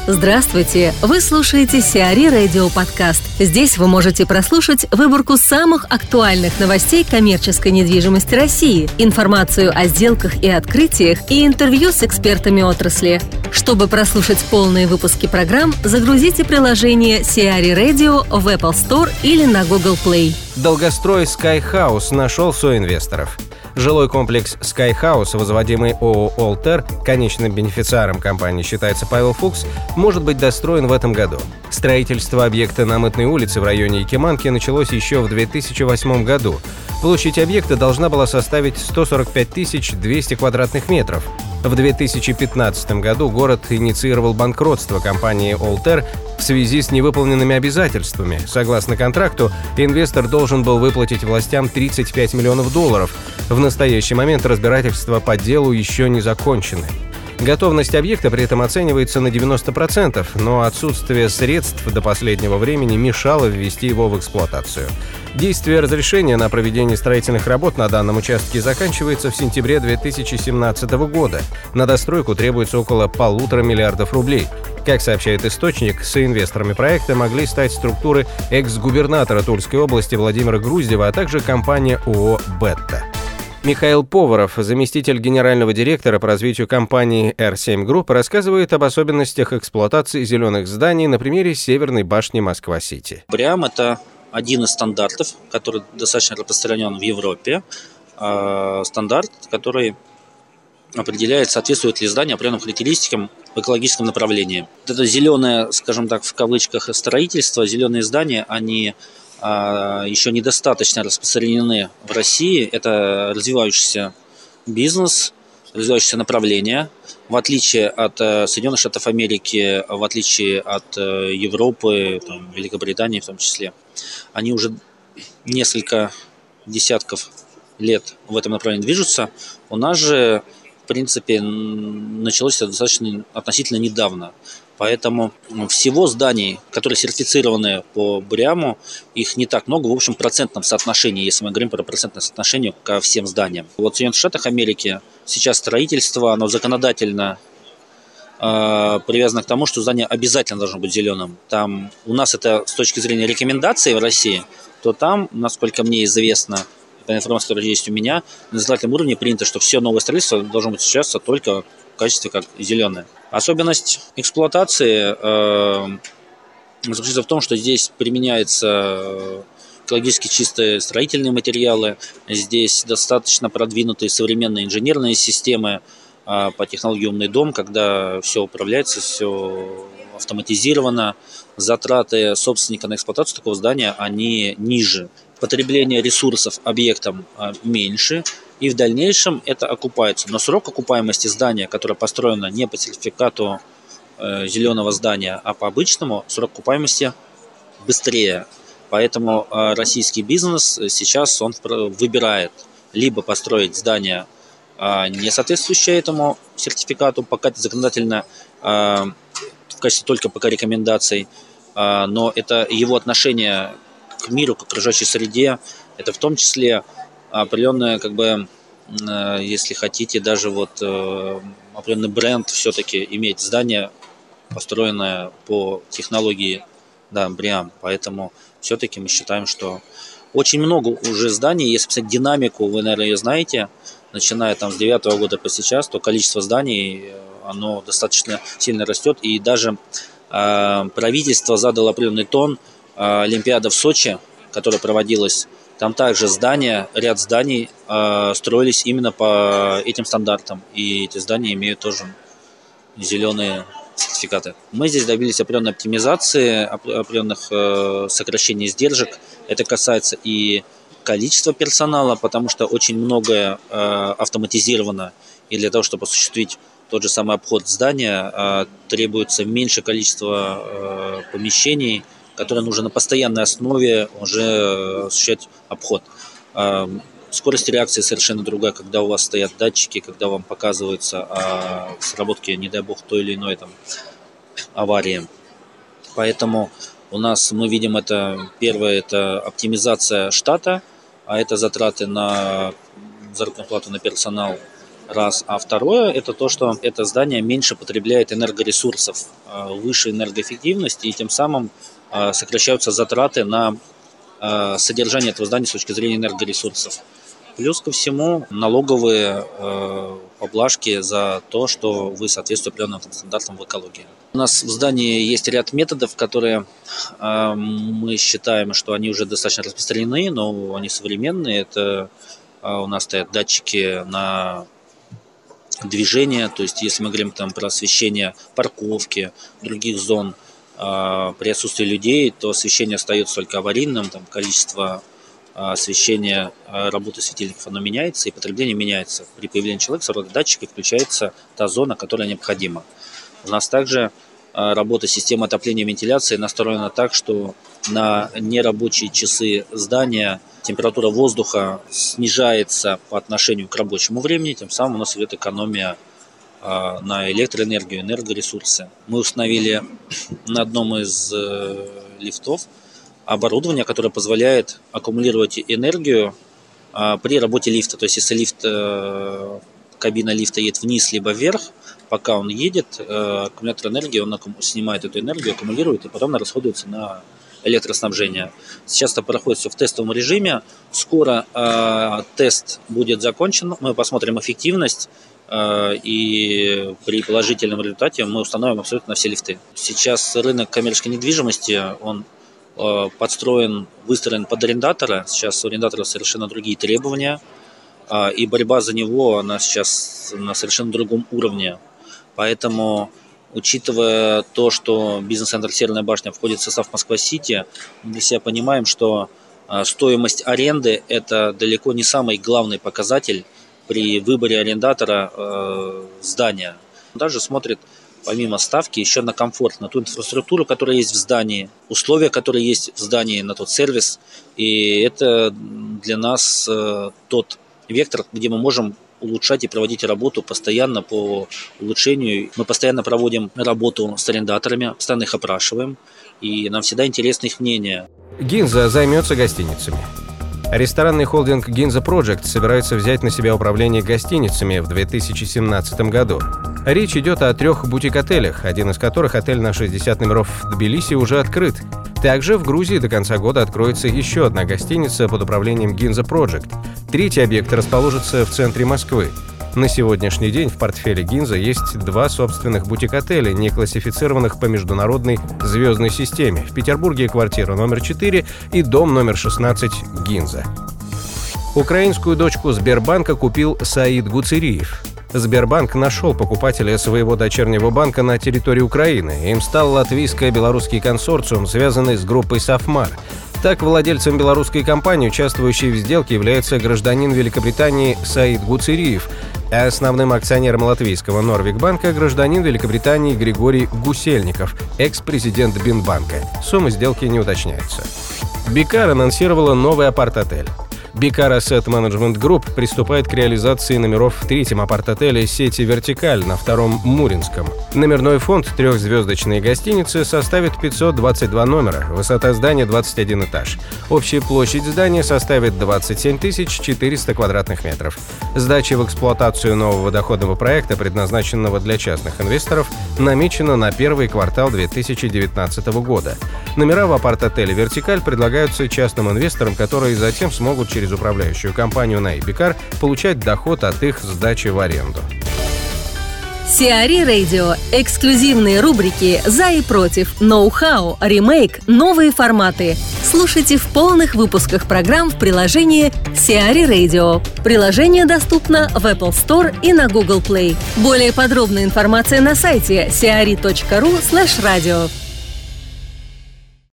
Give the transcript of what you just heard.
Здравствуйте! Вы слушаете Сиари Радио Подкаст. Здесь вы можете прослушать выборку самых актуальных новостей коммерческой недвижимости России, информацию о сделках и открытиях и интервью с экспертами отрасли. Чтобы прослушать полные выпуски программ, загрузите приложение Сиари Radio в Apple Store или на Google Play. Долгострой Sky House нашел соинвесторов. Жилой комплекс Sky House, возводимый ООО «Олтер», конечным бенефициаром компании считается Павел Фукс, может быть достроен в этом году. Строительство объекта на Мытной улице в районе Якиманки началось еще в 2008 году. Площадь объекта должна была составить 145 200 квадратных метров. В 2015 году город инициировал банкротство компании «Олтер» в связи с невыполненными обязательствами. Согласно контракту, инвестор должен был выплатить властям $35 миллионов. В настоящий момент разбирательства по делу еще не закончены. Готовность объекта при этом оценивается на 90%, но отсутствие средств до последнего времени мешало ввести его в эксплуатацию. Действие разрешения на проведение строительных работ на данном участке заканчивается в сентябре 2017 года. На достройку требуется около $1,5 миллиарда рублей. Как сообщает источник, соинвесторами проекта могли стать структуры экс-губернатора Тульской области Владимира Груздева, а также компания ООО «Бетта». Михаил Поваров, заместитель генерального директора по развитию компании R7 Group, рассказывает об особенностях эксплуатации зеленых зданий на примере Северной башни Москва-Сити. BREEAM – это один из стандартов, который достаточно распространен в Европе. Стандарт, который определяет, соответствует ли здание определенным характеристикам в экологическом направлении. Это зеленое, скажем так, в кавычках, строительство, зеленые здания, они еще недостаточно распространены в России. Это развивающийся бизнес, развивающееся направление. В отличие от Соединенных Штатов Америки, в отличие от Европы, Великобритании в том числе, они уже несколько десятков лет в этом направлении движутся. У нас же, в принципе, началось это достаточно относительно недавно. Поэтому всего зданий, которые сертифицированы по BREEAM, их не так много. В общем, процентном соотношении, если мы говорим про процентное соотношение ко всем зданиям. Вот в Соединенных Штатах Америки сейчас строительство, оно законодательно привязано к тому, что здание обязательно должно быть зеленым. Там у нас это с точки зрения рекомендаций в России, то там, насколько мне известно, по информации, которая есть у меня, на законодательном уровне принято, что все новое строительство должно быть осуществляться только в качестве как зеленое. Особенность эксплуатации заключается в том, что здесь применяются экологически чистые строительные материалы, здесь достаточно продвинутые современные инженерные системы по технологии «Умный дом», когда все управляется, все автоматизировано, затраты собственника на эксплуатацию такого здания, они ниже. Потребление ресурсов объектом меньше, и в дальнейшем это окупается. Но срок окупаемости здания, которое построено не по сертификату зеленого здания, а по обычному, срок окупаемости быстрее. Поэтому российский бизнес сейчас он выбирает либо построить здание, не соответствующее этому сертификату, пока это законодательно в качестве только пока рекомендаций, но это его отношение к миру, к окружающей среде, это в том числе определенное, если хотите, даже определенный бренд все-таки иметь здание, построенное по технологии BREEAM. Поэтому все-таки мы считаем, что очень много уже зданий, если посмотреть динамику, вы, наверное, ее знаете, начиная с 2009 года по сейчас, то количество зданий, оно достаточно сильно растет, и даже правительство задало определенный тон. Олимпиада в Сочи, которая проводилась, там также ряд зданий строились именно по этим стандартам. И эти здания имеют тоже зеленые сертификаты. Мы здесь добились определенной оптимизации, определенных сокращений издержек. Это касается и количества персонала, потому что очень многое автоматизировано. И для того, чтобы осуществить тот же самый обход здания, требуется меньшее количество помещений, которые нужно на постоянной основе уже осуществлять обход. Скорость реакции совершенно другая, когда у вас стоят датчики, когда вам показывается о сработке, не дай бог, той или иной аварии. Поэтому у нас мы видим первое, это оптимизация штата, а это затраты на заработную плату на персонал. Раз. А второе – это то, что это здание меньше потребляет энергоресурсов, выше энергоэффективности, и тем самым сокращаются затраты на содержание этого здания с точки зрения энергоресурсов. Плюс ко всему налоговые поблажки за то, что вы соответствуете определенным стандартам в экологии. У нас в здании есть ряд методов, которые мы считаем, что они уже достаточно распространены, но они современные. Это у нас стоят датчики на движение, то есть если мы говорим там про освещение парковки, других зон, при отсутствии людей, то освещение остается только аварийным, там количество освещения, работы светильников, оно меняется, и потребление меняется. При появлении человека с датчика включается та зона, которая необходима. У нас также работа системы отопления и вентиляции настроена так, что на нерабочие часы здания температура воздуха снижается по отношению к рабочему времени, тем самым у нас идет экономия на электроэнергию, энергоресурсы. Мы установили на одном из лифтов оборудование, которое позволяет аккумулировать энергию при работе лифта. То есть, если кабина лифта едет вниз либо вверх, пока он едет, аккумулятор энергии, он снимает эту энергию, аккумулирует и потом расходуется на электроснабжение. Сейчас это проходит все в тестовом режиме. Скоро тест будет закончен, мы посмотрим эффективность, и при положительном результате мы установим абсолютно все лифты. Сейчас рынок коммерческой недвижимости, он выстроен под арендатора. Сейчас у арендаторов совершенно другие требования, и борьба за него, она сейчас на совершенно другом уровне. Поэтому, учитывая то, что бизнес-центр «Северная башня» входит в состав Москва-Сити, мы для себя понимаем, что стоимость аренды – это далеко не самый главный показатель при выборе арендатора здания. Он также смотрит, помимо ставки, еще на комфорт, на ту инфраструктуру, которая есть в здании, условия, которые есть в здании, на тот сервис. И это для нас тот вектор, где мы можем улучшать и проводить работу постоянно по улучшению. Мы постоянно проводим работу с арендаторами, постоянно их опрашиваем, и нам всегда интересно их мнение. Гинза займется гостиницами. Ресторанный холдинг Ginza Project собирается взять на себя управление гостиницами в 2017 году. Речь идет о 3 бутик-отелях, один из которых, отель на 60 номеров в Тбилиси, уже открыт. Также в Грузии до конца года откроется еще одна гостиница под управлением Ginza Project. 3-й объект расположится в центре Москвы. На сегодняшний день в портфеле Ginza есть 2 собственных бутик-отеля, не классифицированных по международной звездной системе. В Петербурге квартира номер 4 и дом номер 16 Ginza. Украинскую дочку Сбербанка купил Саид Гуцериев. Сбербанк нашел покупателя своего дочернего банка на территории Украины. Им стал латвийско-белорусский консорциум, связанный с группой «Сафмар». Так, владельцем белорусской компании, участвующей в сделке, является гражданин Великобритании Саид Гуцериев, а основным акционером латвийского Норвегбанка – гражданин Великобритании Григорий Гусельников, экс-президент Бинбанка. Сумма сделки не уточняется. Бикар анонсировала новый апарт-отель. Бикар Asset Management Group приступает к реализации номеров в 3-м апарт-отеле сети «Вертикаль» на 2-м Муринском. Номерной фонд 3-звездочной гостиницы составит 522 номера, высота здания 21 этаж. Общая площадь здания составит 27 400 квадратных метров. Сдача в эксплуатацию нового доходного проекта, предназначенного для частных инвесторов, намечена на 1-й квартал 2019 года. Номера в апарт-отеле «Вертикаль» предлагаются частным инвесторам, которые затем смогут через управляющую компанию «Найбикар» получать доход от их сдачи в аренду. Сиари Radio. Эксклюзивные рубрики «За и против», «Ноу-хау», «Ремейк», «Новые форматы». Слушайте в полных выпусках программ в приложении Сиари Radio. Приложение доступно в Apple Store и на Google Play. Более подробная информация на сайте siari.ru/radio.